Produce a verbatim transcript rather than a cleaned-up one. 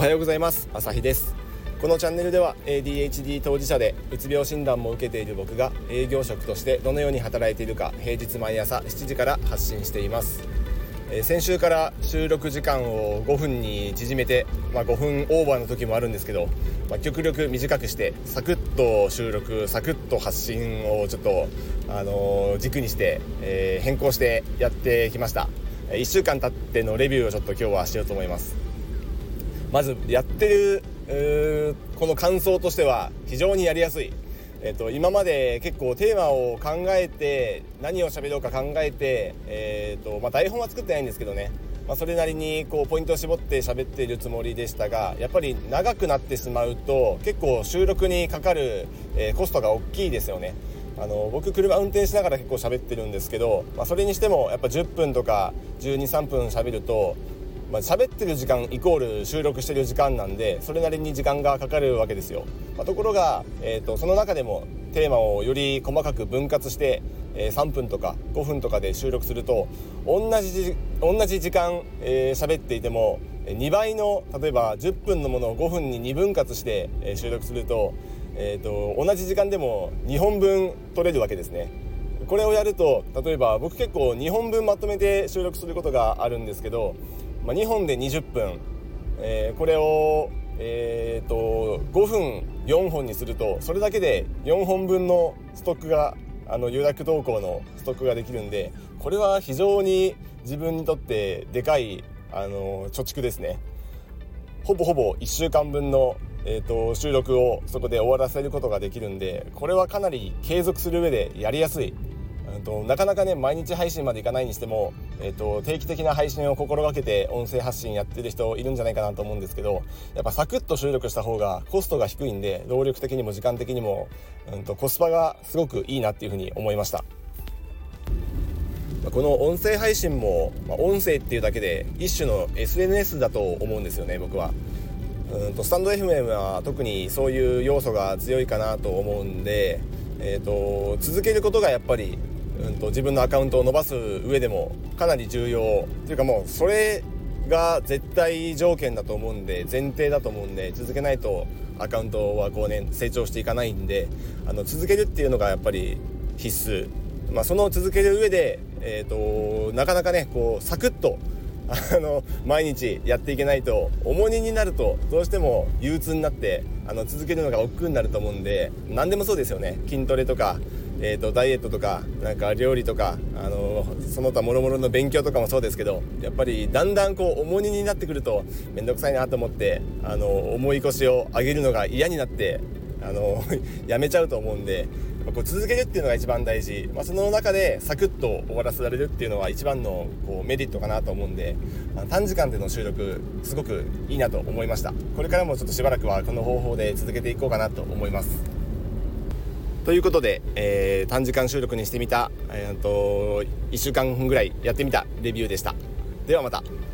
はようございます。朝日です。このチャンネルでは エーディーエイチディー 当事者でうつ病診断も受けている僕が営業職としてどのように働いているか平日毎朝しちじから発信しています。えー、先週から収録時間をごふんに縮めて、まあ、ごふんオーバーの時もあるんですけど、まあ、極力短くしてサクッと収録サクッと発信をちょっと、あのー、軸にして、えー、変更してやってきました。いっしゅうかん経ってのレビューをちょっと今日はしようと思います。まずやってるこの感想としては非常にやりやすい。えっと、今まで結構テーマを考えて何を喋ろうか考えて、えっとまあ、台本は作ってないんですけどね、まあ、それなりにこうポイントを絞って喋っているつもりでしたが、やっぱり長くなってしまうと結構収録にかかる、えー、コストが大きいですよね。あの僕車運転しながら結構喋ってるんですけど、まあ、それにしてもやっぱじゅっぷんとかじゅうに、さんぷん喋るとまあ、喋ってる時間イコール収録してる時間なんで、それなりに時間がかかるわけですよ。まあ、ところが、えーと、その中でもテーマをより細かく分割して、えー、さんぷんとかごふんとかで収録すると同じ、同じ時間、えー、喋っていてもにばいの、例えばじゅっぷんのものをごふんににぶん割して、えー、収録すると、えーと、同じ時間でもにほんぶん取れるわけですね。これをやると、例えば僕結構にほんぶんまとめて収録することがあるんですけど、まあ、にほんでにじゅっぷん、えー、これを、えー、とごふんよんほんにするとそれだけでよんほんぶんのストックがあの予約投稿のストックができるんで、これは非常に自分にとってでかいあの貯蓄ですね。ほぼほぼいっしゅうかんぶんの、えー、と収録をそこで終わらせることができるんで、これはかなり継続する上でやりやすい。となかなかね毎日配信までいかないにしても、えー、と定期的な配信を心がけて音声発信やってる人いるんじゃないかなと思うんですけど、やっぱサクッと収録した方がコストが低いんで、労力的にも時間的にも、うん、とコスパがすごくいいなっていうふうに思いました。この音声配信も、まあ、音声っていうだけで一種の エスエヌエス だと思うんですよね。僕はうんとスタンド エフエム は特にそういう要素が強いかなと思うんで、えー、と続けることがやっぱりうんと自分のアカウントを伸ばす上でもかなり重要というか、もうそれが絶対条件だと思うんで、前提だと思うんで、続けないとアカウントはこうね成長していかないんで、あの続けるっていうのがやっぱり必須。まあ、その続ける上で、えーとなかなかねこうサクッとあの毎日やっていけないと、重荷になるとどうしても憂鬱になってあの続けるのが億劫になると思うんで、何でもそうですよね。筋トレとかえーとダイエットとかなんか料理とか、あのー、その他諸々の勉強とかもそうですけど、やっぱりだんだんこう重荷になってくるとめんどくさいなと思って、あのー、重い腰を上げるのが嫌になって、あのー、やめちゃうと思うんで、こう続けるっていうのが一番大事。まあ、その中でサクッと終わらせられるっていうのは一番のこうメリットかなと思うんで、まあ、短時間での収録すごくいいなと思いました。これからもちょっとしばらくはこの方法で続けていこうかなと思います。ということで、えー、短時間収録にしてみた、えー、といっしゅうかんぐらいやってみたレビューでした。ではまた。